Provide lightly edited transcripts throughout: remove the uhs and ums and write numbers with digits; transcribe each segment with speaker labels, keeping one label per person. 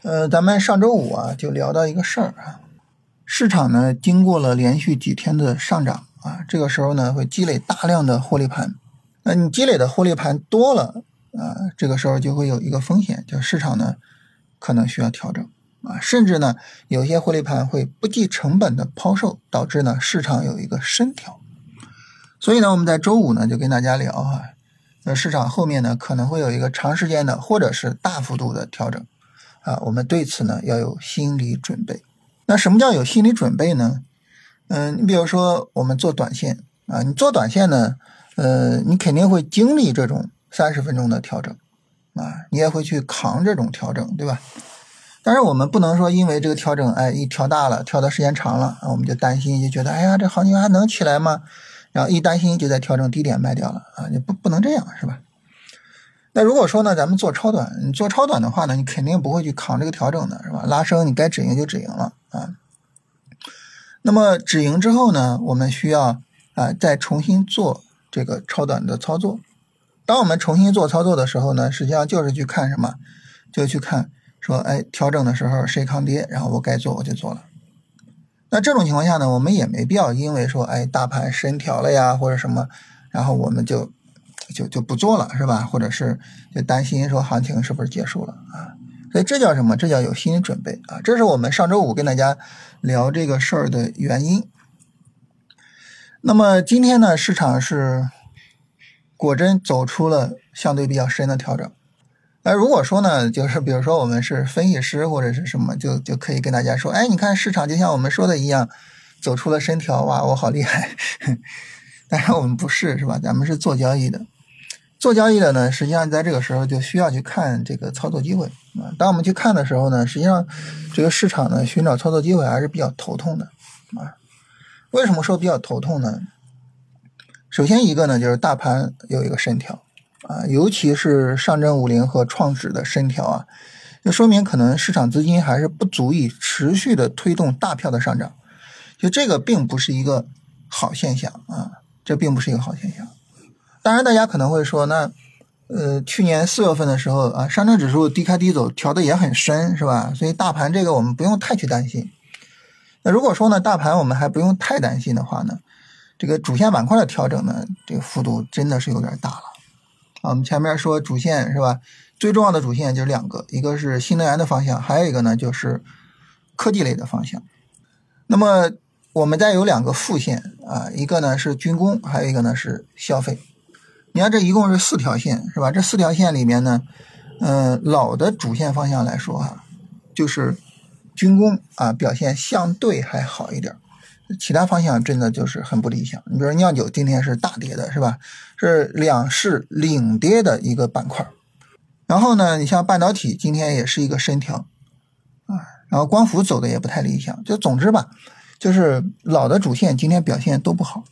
Speaker 1: 咱们上周五啊就聊到一个事儿啊，市场呢经过了连续几天的上涨啊，这个时候呢会积累大量的获利盘。那你积累的获利盘多了啊，这个时候就会有一个风险，就是市场呢可能需要调整啊，甚至呢有些获利盘会不计成本的抛售，导致呢市场有一个深调。所以呢我们在周五呢就跟大家聊啊，市场后面呢可能会有一个长时间的或者是大幅度的调整啊，我们对此呢要有心理准备。那什么叫有心理准备呢？你比如说我们做短线啊，你做短线呢你肯定会经历这种30分钟的调整啊，你也会去扛这种调整，对吧？但是我们不能说因为这个调整一调大了，调的时间长了啊，我们就担心，就觉得这行情还能起来吗？然后一担心就在调整低点卖掉了啊，就不能这样，是吧？那如果说呢咱们做超短，你做超短的话呢，你肯定不会去扛这个调整的，是吧？拉升你该止盈就止盈了啊。那么止盈之后呢，我们需要再重新做这个超短的操作。当我们重新做操作的时候呢，实际上就是去看什么，就去看说调整的时候谁抗跌，然后我该做我就做了。那这种情况下呢，我们也没必要因为说大盘深调了呀或者什么，然后我们就不做了，是吧？或者是就担心说行情是不是结束了啊？所以这叫什么？这叫有心理准备啊！这是我们上周五跟大家聊这个事儿的原因。那么今天呢，市场是果真走出了相对比较深的调整。如果说呢，就是比如说我们是分析师或者是什么，就可以跟大家说，你看市场就像我们说的一样，走出了深调，哇，我好厉害。但是我们不是，是吧？咱们是做交易的。做交易的呢，实际上在这个时候就需要去看这个操作机会啊。当我们去看的时候呢，实际上这个市场呢寻找操作机会还是比较头痛的啊。为什么说比较头痛呢？首先一个呢就是大盘有一个深调啊，尤其是上证50和创指的深调啊，就说明可能市场资金还是不足以持续的推动大票的上涨，就这个并不是一个好现象啊，这并不是一个好现象。当然大家可能会说，那去年4月份的时候啊，上证指数低开低走调的也很深，是吧？所以大盘这个我们不用太去担心。那如果说呢大盘我们还不用太担心的话呢，这个主线板块的调整呢，这个幅度真的是有点大了啊。我们前面说主线是吧，最重要的主线就是2个，一个是新能源的方向，还有一个呢就是科技类的方向。那么我们再有2个副线啊，一个呢是军工，还有一个呢是消费。你看这一共是4条线，是吧？这4条线里面呢老的主线方向来说就是军工啊表现相对还好一点，其他方向真的就是很不理想。你比如酿酒今天是大跌的，是吧？是两市领跌的一个板块。然后呢你像半导体今天也是一个深调啊，然后光伏走的也不太理想。就总之吧，就是老的主线今天表现都不好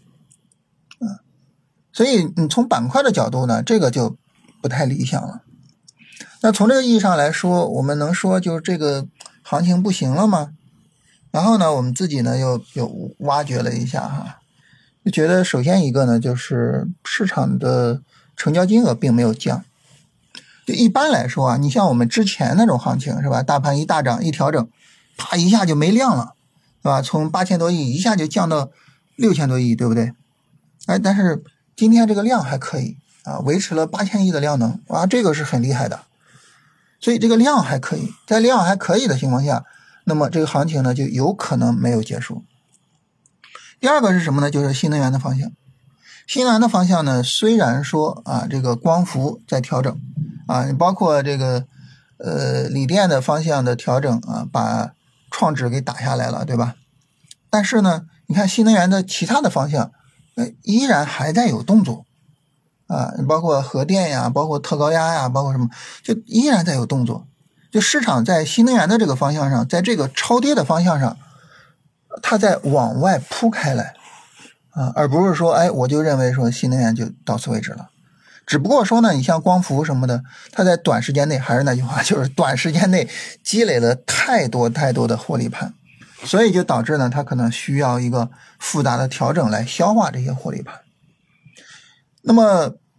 Speaker 1: 所以你从板块的角度呢，这个就不太理想了。那从这个意义上来说，我们能说就是这个行情不行了吗？然后呢我们自己呢又挖掘了一下就觉得首先一个呢就是市场的成交金额并没有降。就一般来说你像我们之前那种行情是吧，大盘一大涨一调整，啪一下就没量了，是吧？从8000多亿一下就降到6000多亿，对不对？但是今天这个量还可以啊，维持了8000亿的量能，哇，这个是很厉害的。所以这个量还可以，在量还可以的情况下，那么这个行情呢就有可能没有结束。第二个是什么呢？就是新能源的方向。新能源的方向呢，虽然说这个光伏在调整包括这个锂电的方向的调整把创指给打下来了，对吧？但是呢你看新能源的其他的方向依然还在有动作包括核电呀，包括特高压呀，包括什么，就依然在有动作。就市场在新能源的这个方向上，在这个超跌的方向上，它在往外铺开来而不是说我就认为说新能源就到此为止了。只不过说呢，你像光伏什么的，它在短时间内，还是那句话，就是短时间内积累了太多的获利盘，所以就导致呢它可能需要一个复杂的调整来消化这些获利盘。那么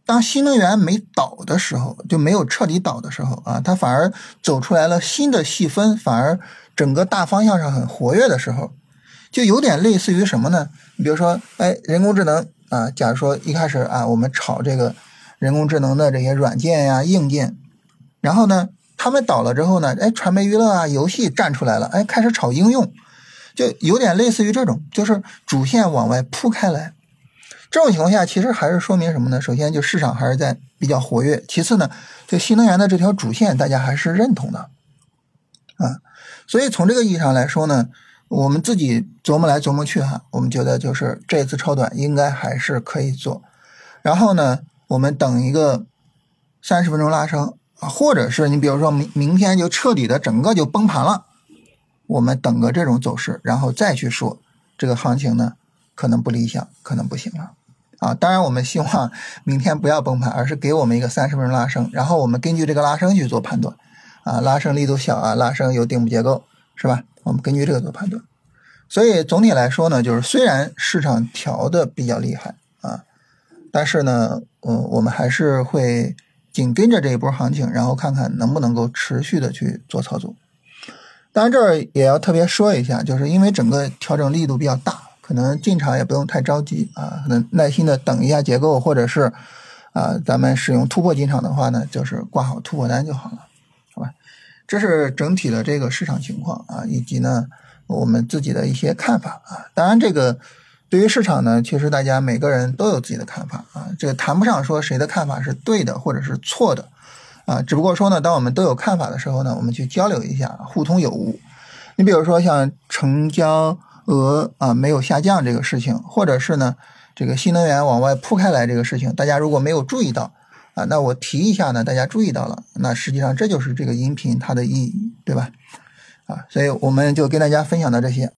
Speaker 1: 当新能源没倒的时候，就没有彻底倒的时候啊，它反而走出来了新的细分，反而整个大方向上很活跃的时候，就有点类似于什么呢？你比如说，人工智能啊，假如说一开始啊，我们炒这个人工智能的这些软件呀、硬件，然后呢，他们倒了之后呢，传媒娱乐啊、游戏站出来了，开始炒应用，就有点类似于这种，就是主线往外铺开来。这种情况下，其实还是说明什么呢？首先，就市场还是在比较活跃；其次呢，就新能源的这条主线，大家还是认同的啊。所以从这个意义上来说呢，我们自己琢磨来琢磨去我们觉得就是这次超短应该还是可以做。然后呢，我们等一个30分钟拉升啊，或者是你比如说明天就彻底的整个就崩盘了，我们等个这种走势，然后再去说这个行情呢，可能不理想，可能不行了啊。当然我们希望明天不要崩盘，而是给我们一个30分钟拉升，然后我们根据这个拉升去做判断啊，拉升力度小啊，拉升有顶部结构是吧？我们根据这个做判断。所以总体来说呢，就是虽然市场调的比较厉害啊，但是呢，我们还是会紧跟着这一波行情，然后看看能不能够持续的去做操作。当然这儿也要特别说一下，就是因为整个调整力度比较大，可能进场也不用太着急啊，可能耐心的等一下结构，或者是咱们使用突破进场的话呢，就是挂好突破单就好了，好吧？这是整体的这个市场情况啊，以及呢我们自己的一些看法啊。当然这个对于市场呢，其实大家每个人都有自己的看法啊，这个谈不上说谁的看法是对的或者是错的啊，只不过说呢，当我们都有看法的时候呢，我们去交流一下，互通有无。你比如说像成交额没有下降这个事情，或者是呢这个新能源往外铺开来这个事情，大家如果没有注意到啊，那我提一下呢，大家注意到了，那实际上这就是这个音频它的意义，对吧？所以我们就跟大家分享到这些。